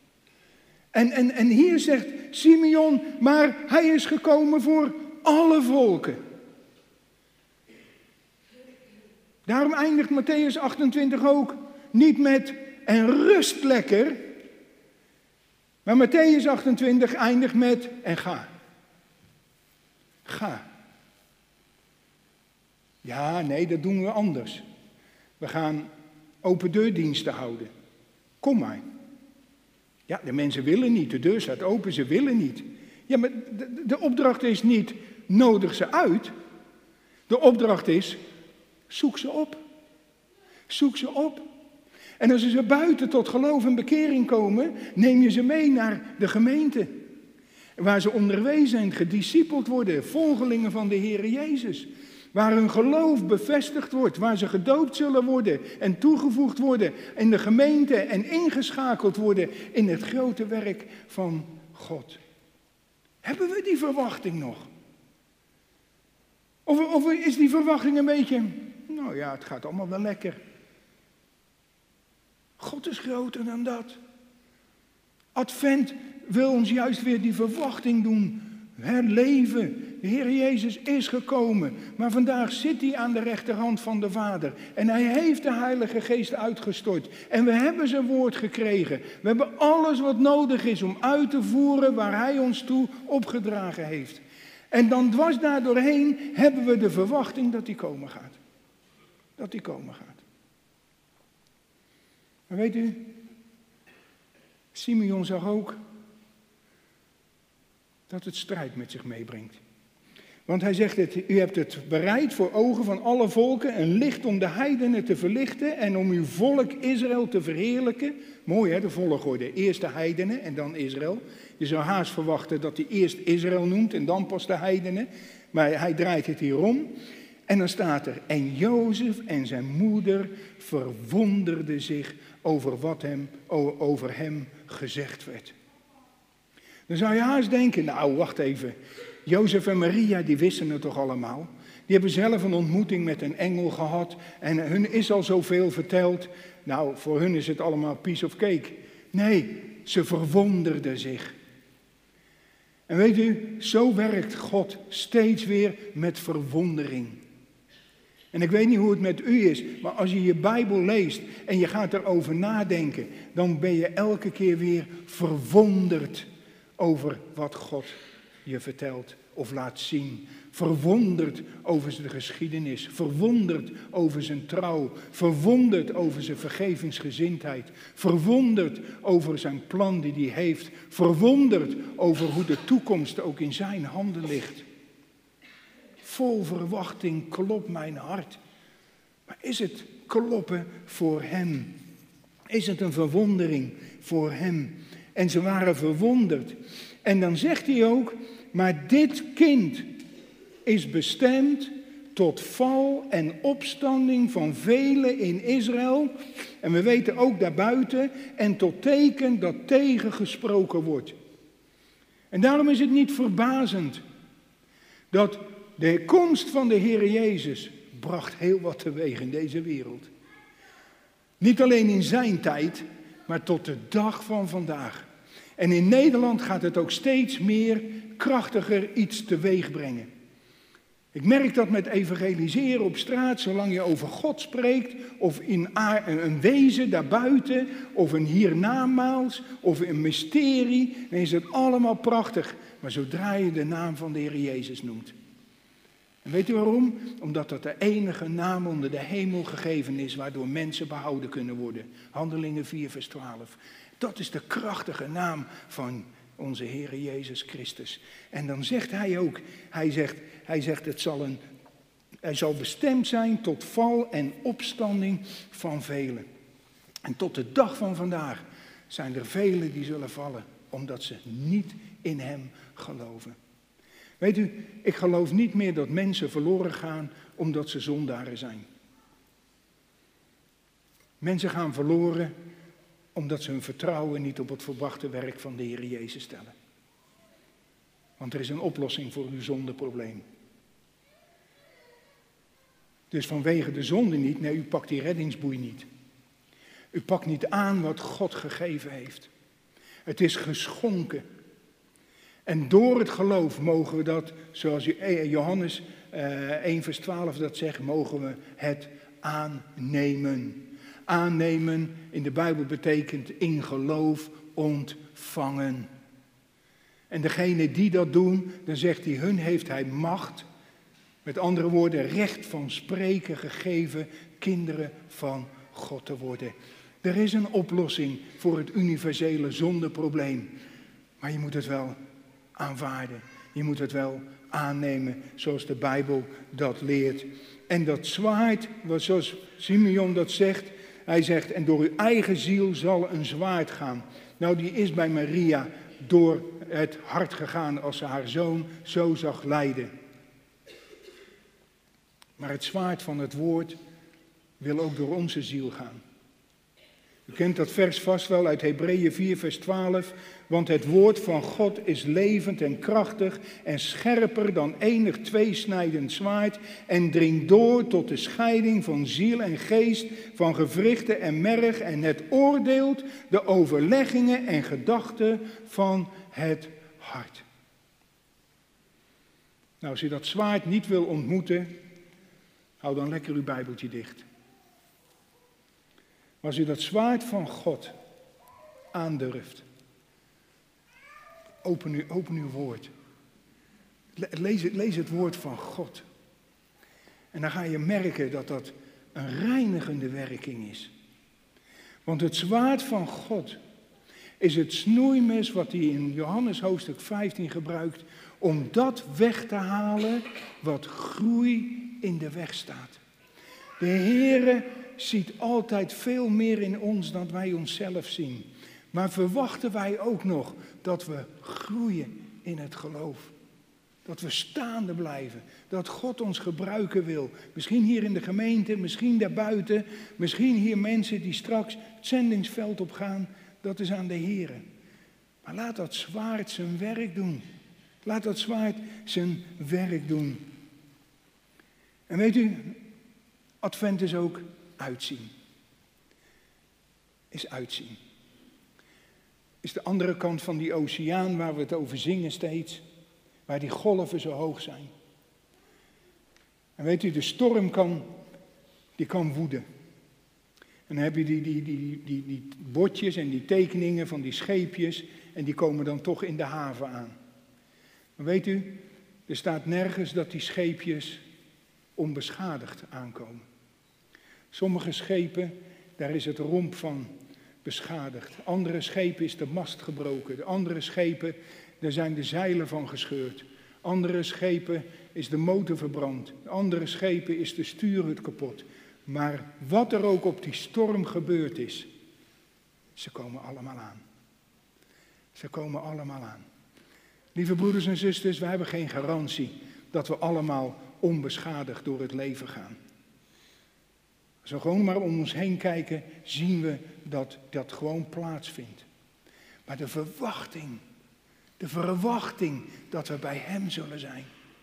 En hier zegt Simeon, maar hij is gekomen voor alle volken. Daarom eindigt Mattheüs 28 ook niet met en rust lekker. Maar Mattheüs 28 eindigt met en ga. Ga. Ja, nee, dat doen we anders. We gaan open deurdiensten houden. Kom maar. Ja, de mensen willen niet, de deur staat open, ze willen niet. Ja, maar de opdracht is niet, nodig ze uit. De opdracht is, zoek ze op. Zoek ze op. En als ze buiten tot geloof en bekering komen, neem je ze mee naar de gemeente. Waar ze onderwezen en gediscipeld worden, volgelingen van de Heer Jezus. Waar hun geloof bevestigd wordt, waar ze gedoopt zullen worden en toegevoegd worden in de gemeente en ingeschakeld worden in het grote werk van God. Hebben we die verwachting nog? Of is die verwachting een beetje, nou ja, het gaat allemaal wel lekker. God is groter dan dat. Advent wil ons juist weer die verwachting doen herleven. De Heer Jezus is gekomen, maar vandaag zit hij aan de rechterhand van de Vader. En hij heeft de Heilige Geest uitgestort. En we hebben zijn woord gekregen. We hebben alles wat nodig is om uit te voeren waar hij ons toe opgedragen heeft. En dan dwars daar doorheen hebben we de verwachting dat hij komen gaat. Dat hij komen gaat. Maar weet u, Simeon zag ook dat het strijd met zich meebrengt. Want hij zegt het, u hebt het bereid voor ogen van alle volken, een licht om de heidenen te verlichten en om uw volk Israël te verheerlijken. Mooi hè, de volgorde. Eerst de heidenen en dan Israël. Je zou haast verwachten dat hij eerst Israël noemt en dan pas de heidenen. Maar hij draait het hier om. En dan staat er, en Jozef en zijn moeder verwonderden zich over wat over hem gezegd werd. Dan zou je haast denken, nou wacht even, Jozef en Maria die wisten het toch allemaal. Die hebben zelf een ontmoeting met een engel gehad en hun is al zoveel verteld. Nou, voor hun is het allemaal piece of cake. Nee, ze verwonderden zich. En weet u, zo werkt God steeds weer met verwondering. En ik weet niet hoe het met u is, maar als je je Bijbel leest en je gaat erover nadenken, dan ben je elke keer weer verwonderd over wat God je vertelt of laat zien. Verwonderd over zijn geschiedenis, verwonderd over zijn trouw, verwonderd over zijn vergevingsgezindheid, verwonderd over zijn plan die hij heeft, verwonderd over hoe de toekomst ook in zijn handen ligt. Vol verwachting klopt mijn hart. Maar is het kloppen voor hem? Is het een verwondering voor hem? En ze waren verwonderd. En dan zegt hij ook, maar dit kind is bestemd tot val en opstanding van velen in Israël. En we weten ook daarbuiten, en tot teken dat tegengesproken wordt. En daarom is het niet verbazend dat de komst van de Heer Jezus bracht heel wat teweeg in deze wereld. Niet alleen in zijn tijd, maar tot de dag van vandaag. En in Nederland gaat het ook steeds meer krachtiger iets teweeg brengen. Ik merk dat met evangeliseren op straat, zolang je over God spreekt, of in een wezen daarbuiten, of een hiernamaals, of een mysterie, dan is het allemaal prachtig. Maar zodra je de naam van de Heer Jezus noemt. En weet u waarom? Omdat dat de enige naam onder de hemel gegeven is, waardoor mensen behouden kunnen worden. Handelingen 4 vers 12. Dat is de krachtige naam van onze Heer Jezus Christus. En dan zegt hij ook, hij zegt hij zal bestemd zijn tot val en opstanding van velen. En tot de dag van vandaag zijn er velen die zullen vallen, omdat ze niet in hem geloven. Weet u, ik geloof niet meer dat mensen verloren gaan omdat ze zondaren zijn. Mensen gaan verloren omdat ze hun vertrouwen niet op het volbrachte werk van de Heer Jezus stellen. Want er is een oplossing voor uw zondeprobleem. Dus vanwege de zonde niet, nee, u pakt die reddingsboei niet. U pakt niet aan wat God gegeven heeft. Het is geschonken. En door het geloof mogen we dat, zoals Johannes 1 vers 12 dat zegt, mogen we het aannemen. Aannemen in de Bijbel betekent in geloof ontvangen. En degene die dat doen, dan zegt hij, hun heeft hij macht, met andere woorden recht van spreken gegeven, kinderen van God te worden. Er is een oplossing voor het universele zondeprobleem, maar je moet het wel aanvaarden. Je moet het wel aannemen zoals de Bijbel dat leert. En dat zwaard, zoals Simeon dat zegt, hij zegt, en door uw eigen ziel zal een zwaard gaan. Nou, die is bij Maria door het hart gegaan als ze haar zoon zo zag lijden. Maar het zwaard van het woord wil ook door onze ziel gaan. U kent dat vers vast wel uit Hebreeën 4 vers 12. Want het woord van God is levend en krachtig en scherper dan enig tweesnijdend zwaard en dringt door tot de scheiding van ziel en geest, van gewrichten en merg en het oordeelt de overleggingen en gedachten van het hart. Nou, als u dat zwaard niet wil ontmoeten, hou dan lekker uw Bijbeltje dicht. Maar als u dat zwaard van God aandurft, open uw woord. Lees het woord van God. En dan ga je merken dat dat een reinigende werking is. Want het zwaard van God is het snoeimes wat hij in Johannes hoofdstuk 15 gebruikt om dat weg te halen wat groei in de weg staat. De Heere ziet altijd veel meer in ons dan wij onszelf zien. Maar verwachten wij ook nog dat we groeien in het geloof. Dat we staande blijven. Dat God ons gebruiken wil. Misschien hier in de gemeente, misschien daarbuiten. Misschien hier mensen die straks het zendingsveld op gaan. Dat is aan de Heere. Maar laat dat zwaard zijn werk doen. Laat dat zwaard zijn werk doen. En weet u, Advent is ook uitzien. Is uitzien. Is de andere kant van die oceaan waar we het over zingen steeds. Waar die golven zo hoog zijn. En weet u, de storm kan woeden. En dan heb je die bordjes en die tekeningen van die scheepjes. En die komen dan toch in de haven aan. Maar weet u, er staat nergens dat die scheepjes onbeschadigd aankomen. Sommige schepen, daar is het romp van beschadigd. Andere schepen is de mast gebroken. De andere schepen, daar zijn de zeilen van gescheurd. Andere schepen is de motor verbrand. De andere schepen is de stuurhut kapot. Maar wat er ook op die storm gebeurd is, ze komen allemaal aan. Ze komen allemaal aan. Lieve broeders en zusters, we hebben geen garantie dat we allemaal onbeschadigd door het leven gaan. Als we gewoon maar om ons heen kijken, zien we dat dat gewoon plaatsvindt. Maar de verwachting dat we bij hem zullen zijn.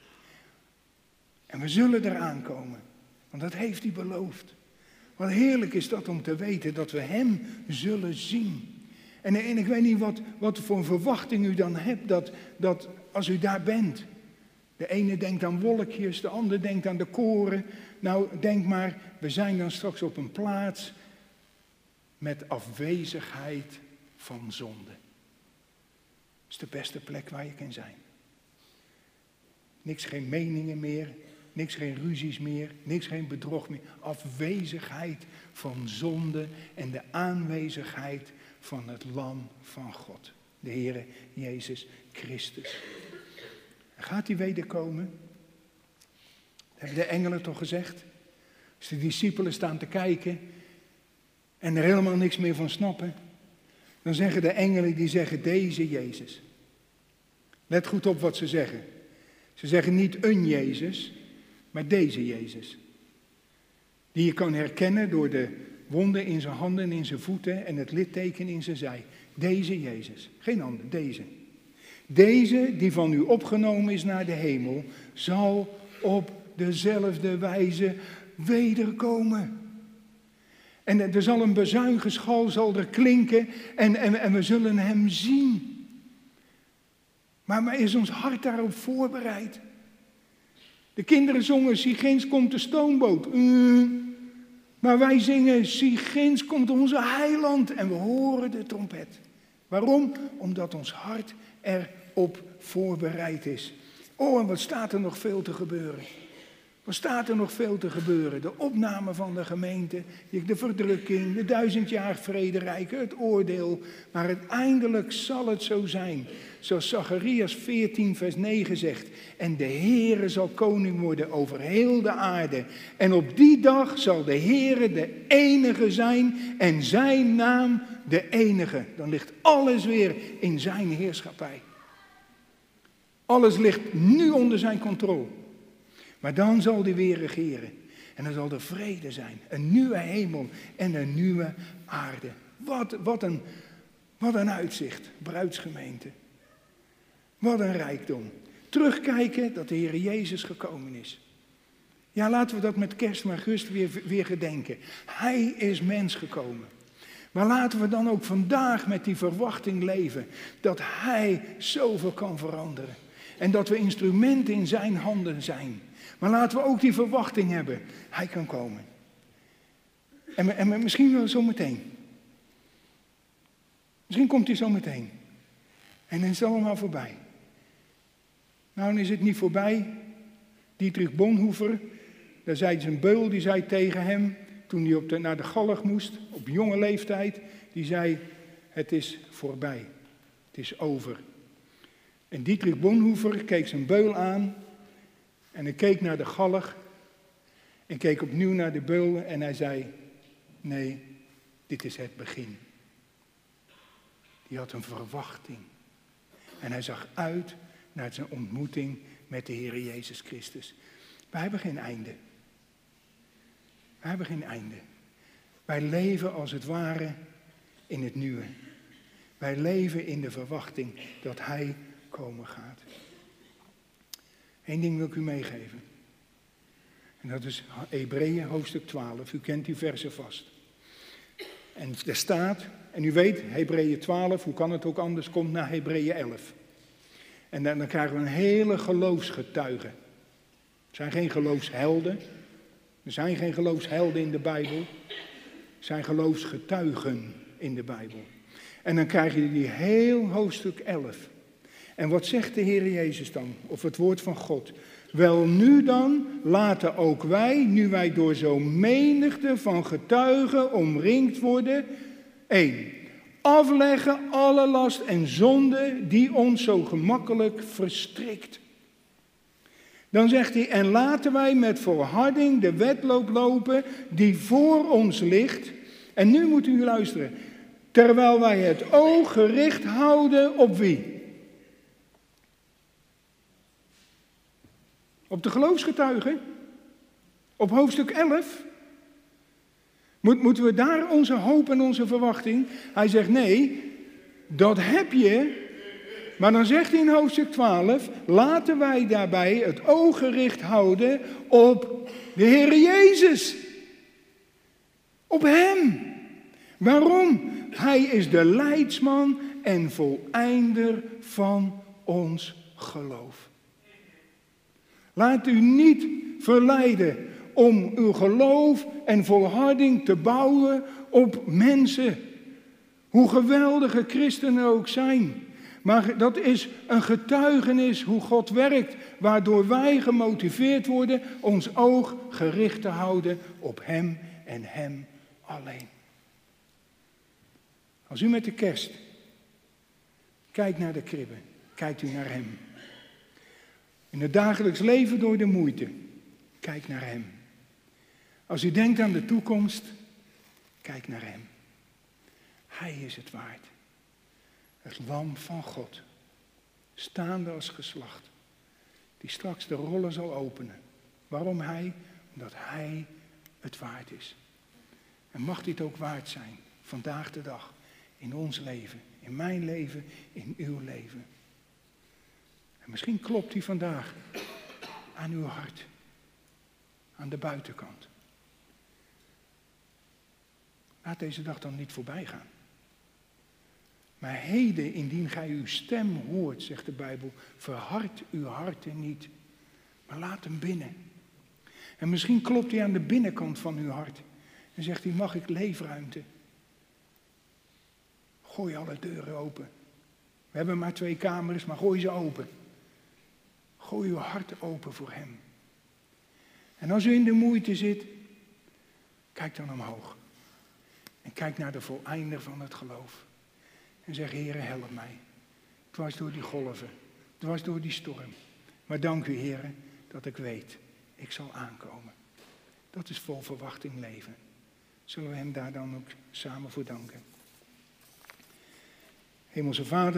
En we zullen eraan komen, want dat heeft hij beloofd. Wat heerlijk is dat om te weten dat we hem zullen zien. En ik weet niet wat voor een verwachting u dan hebt, dat als u daar bent, De ene denkt aan wolkjes, de ander denkt aan de koren. Nou, denk maar, we zijn dan straks op een plaats met afwezigheid van zonde. Dat is de beste plek waar je kan zijn. Niks, geen meningen meer, niks, geen ruzies meer, niks, geen bedrog meer. Afwezigheid van zonde en de aanwezigheid van het Lam van God. De Heere Jezus Christus. Gaat hij wederkomen? Dat hebben de engelen toch gezegd? Als de discipelen staan te kijken en er helemaal niks meer van snappen, dan zeggen de engelen, die zeggen deze Jezus. Let goed op wat ze zeggen. Ze zeggen niet een Jezus, maar deze Jezus. Die je kan herkennen door de wonden in zijn handen en in zijn voeten en het litteken in zijn zij. Deze Jezus, geen ander, deze. Deze die van u opgenomen is naar de hemel, zal op dezelfde wijze wederkomen. En er zal een bezuingeschal zal er klinken en we zullen hem zien. Maar is ons hart daarop voorbereid? De kinderen zongen, zie ginds komt de stoomboot. Maar wij zingen, zie ginds komt onze heiland. En we horen de trompet. Waarom? Omdat ons hart erop voorbereid is. Oh, en wat staat er nog veel te gebeuren? Wat staat er nog veel te gebeuren? De opname van de gemeente, de verdrukking, de 1000 jaar vrederijk, het oordeel. Maar uiteindelijk zal het zo zijn, zoals Zacharias 14 vers 9 zegt. En de Heere zal koning worden over heel de aarde. En op die dag zal de Heere de enige zijn en zijn naam de enige. Dan ligt alles weer in zijn heerschappij. Alles ligt nu onder zijn controle. Maar dan zal hij weer regeren. En dan zal er vrede zijn. Een nieuwe hemel en een nieuwe aarde. Wat een uitzicht, bruidsgemeente. Wat een rijkdom. Terugkijken dat de Heer Jezus gekomen is. Ja, laten we dat met kerst maar gerust weer gedenken. Hij is mens gekomen. Maar laten we dan ook vandaag met die verwachting leven. Dat Hij zoveel kan veranderen. En dat we instrumenten in zijn handen zijn. Maar laten we ook die verwachting hebben. Hij kan komen. En misschien wel zo meteen. Misschien komt hij zo meteen. En dan is het allemaal voorbij. Nou, dan is het niet voorbij. Dietrich Bonhoeffer, daar zei zijn beul, die zei tegen hem, toen hij naar de galg moest, op jonge leeftijd, die zei, het is voorbij. Het is over. En Dietrich Bonhoeffer keek zijn beul aan en hij keek naar de galg en keek opnieuw naar de beul en hij zei, nee, dit is het begin. Die had een verwachting en hij zag uit naar zijn ontmoeting met de Heer Jezus Christus. Wij hebben geen einde. Wij hebben geen einde. Wij leven als het ware in het nieuwe. Wij leven in de verwachting dat Hij komen gaat. Eén ding wil ik u meegeven. En dat is Hebreeën hoofdstuk 12. U kent die versen vast. En er staat, en u weet, Hebreeën 12, hoe kan het ook anders, komt naar Hebreeën 11. En dan krijgen we een hele geloofsgetuige. Er zijn geen geloofshelden. Er zijn geen geloofshelden in de Bijbel. Er zijn geloofsgetuigen in de Bijbel. En dan krijg je die heel hoofdstuk 11. En wat zegt de Heer Jezus dan? Of het woord van God. Wel nu dan, laten ook wij, nu wij door zo'n menigte van getuigen omringd worden. 1. Afleggen alle last en zonde die ons zo gemakkelijk verstrikt. Dan zegt hij, en laten wij met volharding de wedloop lopen die voor ons ligt. En nu moet u luisteren. Terwijl wij het oog gericht houden op wie? Op de geloofsgetuigen? Op hoofdstuk 11? Moeten we daar onze hoop en onze verwachting? Hij zegt nee, dat heb je. Maar dan zegt hij in hoofdstuk 12, laten wij daarbij het oog gericht houden op de Heer Jezus. Op Hem. Waarom? Hij is de leidsman en voleinder van ons geloof. Laat u niet verleiden om uw geloof en volharding te bouwen op mensen. Hoe geweldige christenen ook zijn. Maar dat is een getuigenis hoe God werkt, waardoor wij gemotiveerd worden ons oog gericht te houden op Hem en Hem alleen. Als u met de kerst kijkt naar de kribbe, kijkt u naar Hem. In het dagelijks leven door de moeite, kijk naar Hem. Als u denkt aan de toekomst, kijk naar Hem. Hij is het waard. Het lam van God, staande als geslacht, die straks de rollen zal openen. Waarom Hij? Omdat Hij het waard is. En mag dit ook waard zijn, vandaag de dag, in ons leven, in mijn leven, in uw leven. En misschien klopt hij vandaag aan uw hart, aan de buitenkant. Laat deze dag dan niet voorbij gaan. Maar heden, indien gij uw stem hoort, zegt de Bijbel, verhard uw harten niet, maar laat hem binnen. En misschien klopt hij aan de binnenkant van uw hart en zegt hij, mag ik leefruimte? Gooi alle deuren open. We hebben maar 2 kamers, maar gooi ze open. Gooi uw hart open voor Hem. En als u in de moeite zit, kijk dan omhoog. En kijk naar de voleinder van het geloof. En zeg, Heere, help mij. Dwars door die golven, dwars door die storm. Maar dank u, Heere, dat ik weet, ik zal aankomen. Dat is vol verwachting leven. Zullen we Hem daar dan ook samen voor danken? Hemelse Vader,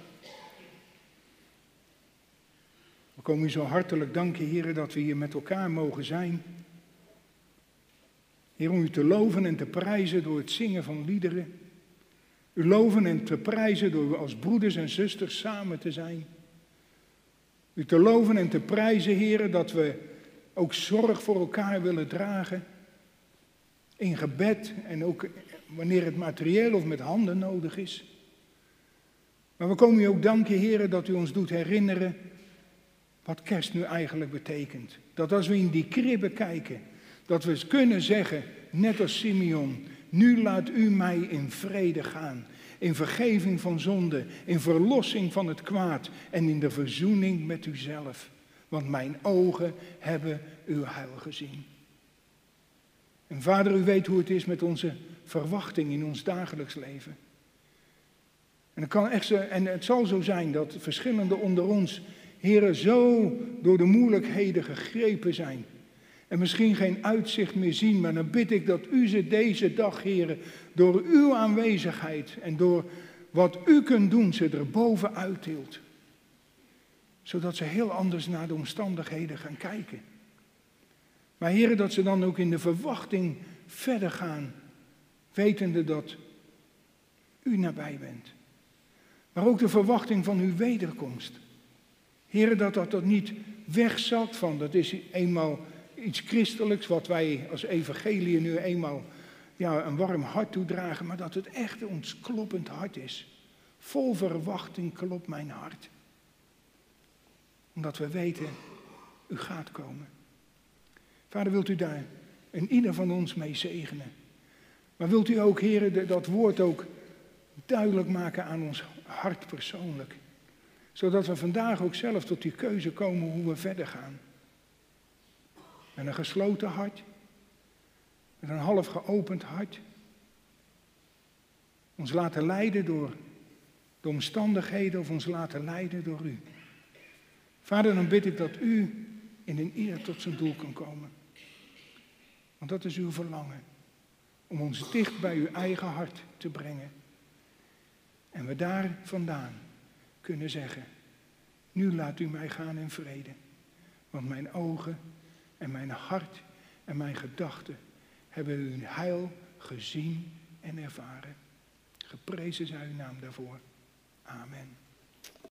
we komen u zo hartelijk danken, Heere, dat we hier met elkaar mogen zijn. Heer, om u te loven en te prijzen door het zingen van liederen. U loven en te prijzen door als broeders en zusters samen te zijn. U te loven en te prijzen, Heer, dat we ook zorg voor elkaar willen dragen. In gebed en ook wanneer het materieel of met handen nodig is. Maar we komen u ook danken, Heer, dat u ons doet herinneren wat kerst nu eigenlijk betekent. Dat als we in die kribbe kijken, dat we eens kunnen zeggen, net als Simeon, nu laat u mij in vrede gaan. In vergeving van zonde, in verlossing van het kwaad en in de verzoening met uzelf. Want mijn ogen hebben uw heil gezien. En Vader, u weet hoe het is met onze verwachting in ons dagelijks leven. En het zal zo zijn dat verschillende onder ons, Heere, zo door de moeilijkheden gegrepen zijn. En misschien geen uitzicht meer zien, maar dan bid ik dat u ze deze dag, Heere, door uw aanwezigheid en door wat u kunt doen, ze er bovenuit tilt. Zodat ze heel anders naar de omstandigheden gaan kijken. Maar Heere, dat ze dan ook in de verwachting verder gaan, wetende dat u nabij bent. Maar ook de verwachting van uw wederkomst. Heere, dat niet wegzakt van, dat is eenmaal iets christelijks, wat wij als evangelie nu eenmaal een warm hart toedragen, maar dat het echt ons kloppend hart is. Vol verwachting klopt mijn hart. Omdat we weten, u gaat komen. Vader, wilt u daar in ieder van ons mee zegenen. Maar wilt u ook, Heere, dat woord ook duidelijk maken aan ons hart persoonlijk. Zodat we vandaag ook zelf tot die keuze komen hoe we verder gaan. Met een gesloten hart. Met een half geopend hart. Ons laten leiden door de omstandigheden of ons laten leiden door u. Vader, dan bid ik dat u in een eer tot zijn doel kan komen. Want dat is uw verlangen. Om ons dicht bij uw eigen hart te brengen. En we daar vandaan kunnen zeggen, nu laat u mij gaan in vrede. Want mijn ogen en mijn hart en mijn gedachten hebben uw heil gezien en ervaren. Geprezen zij uw naam daarvoor. Amen.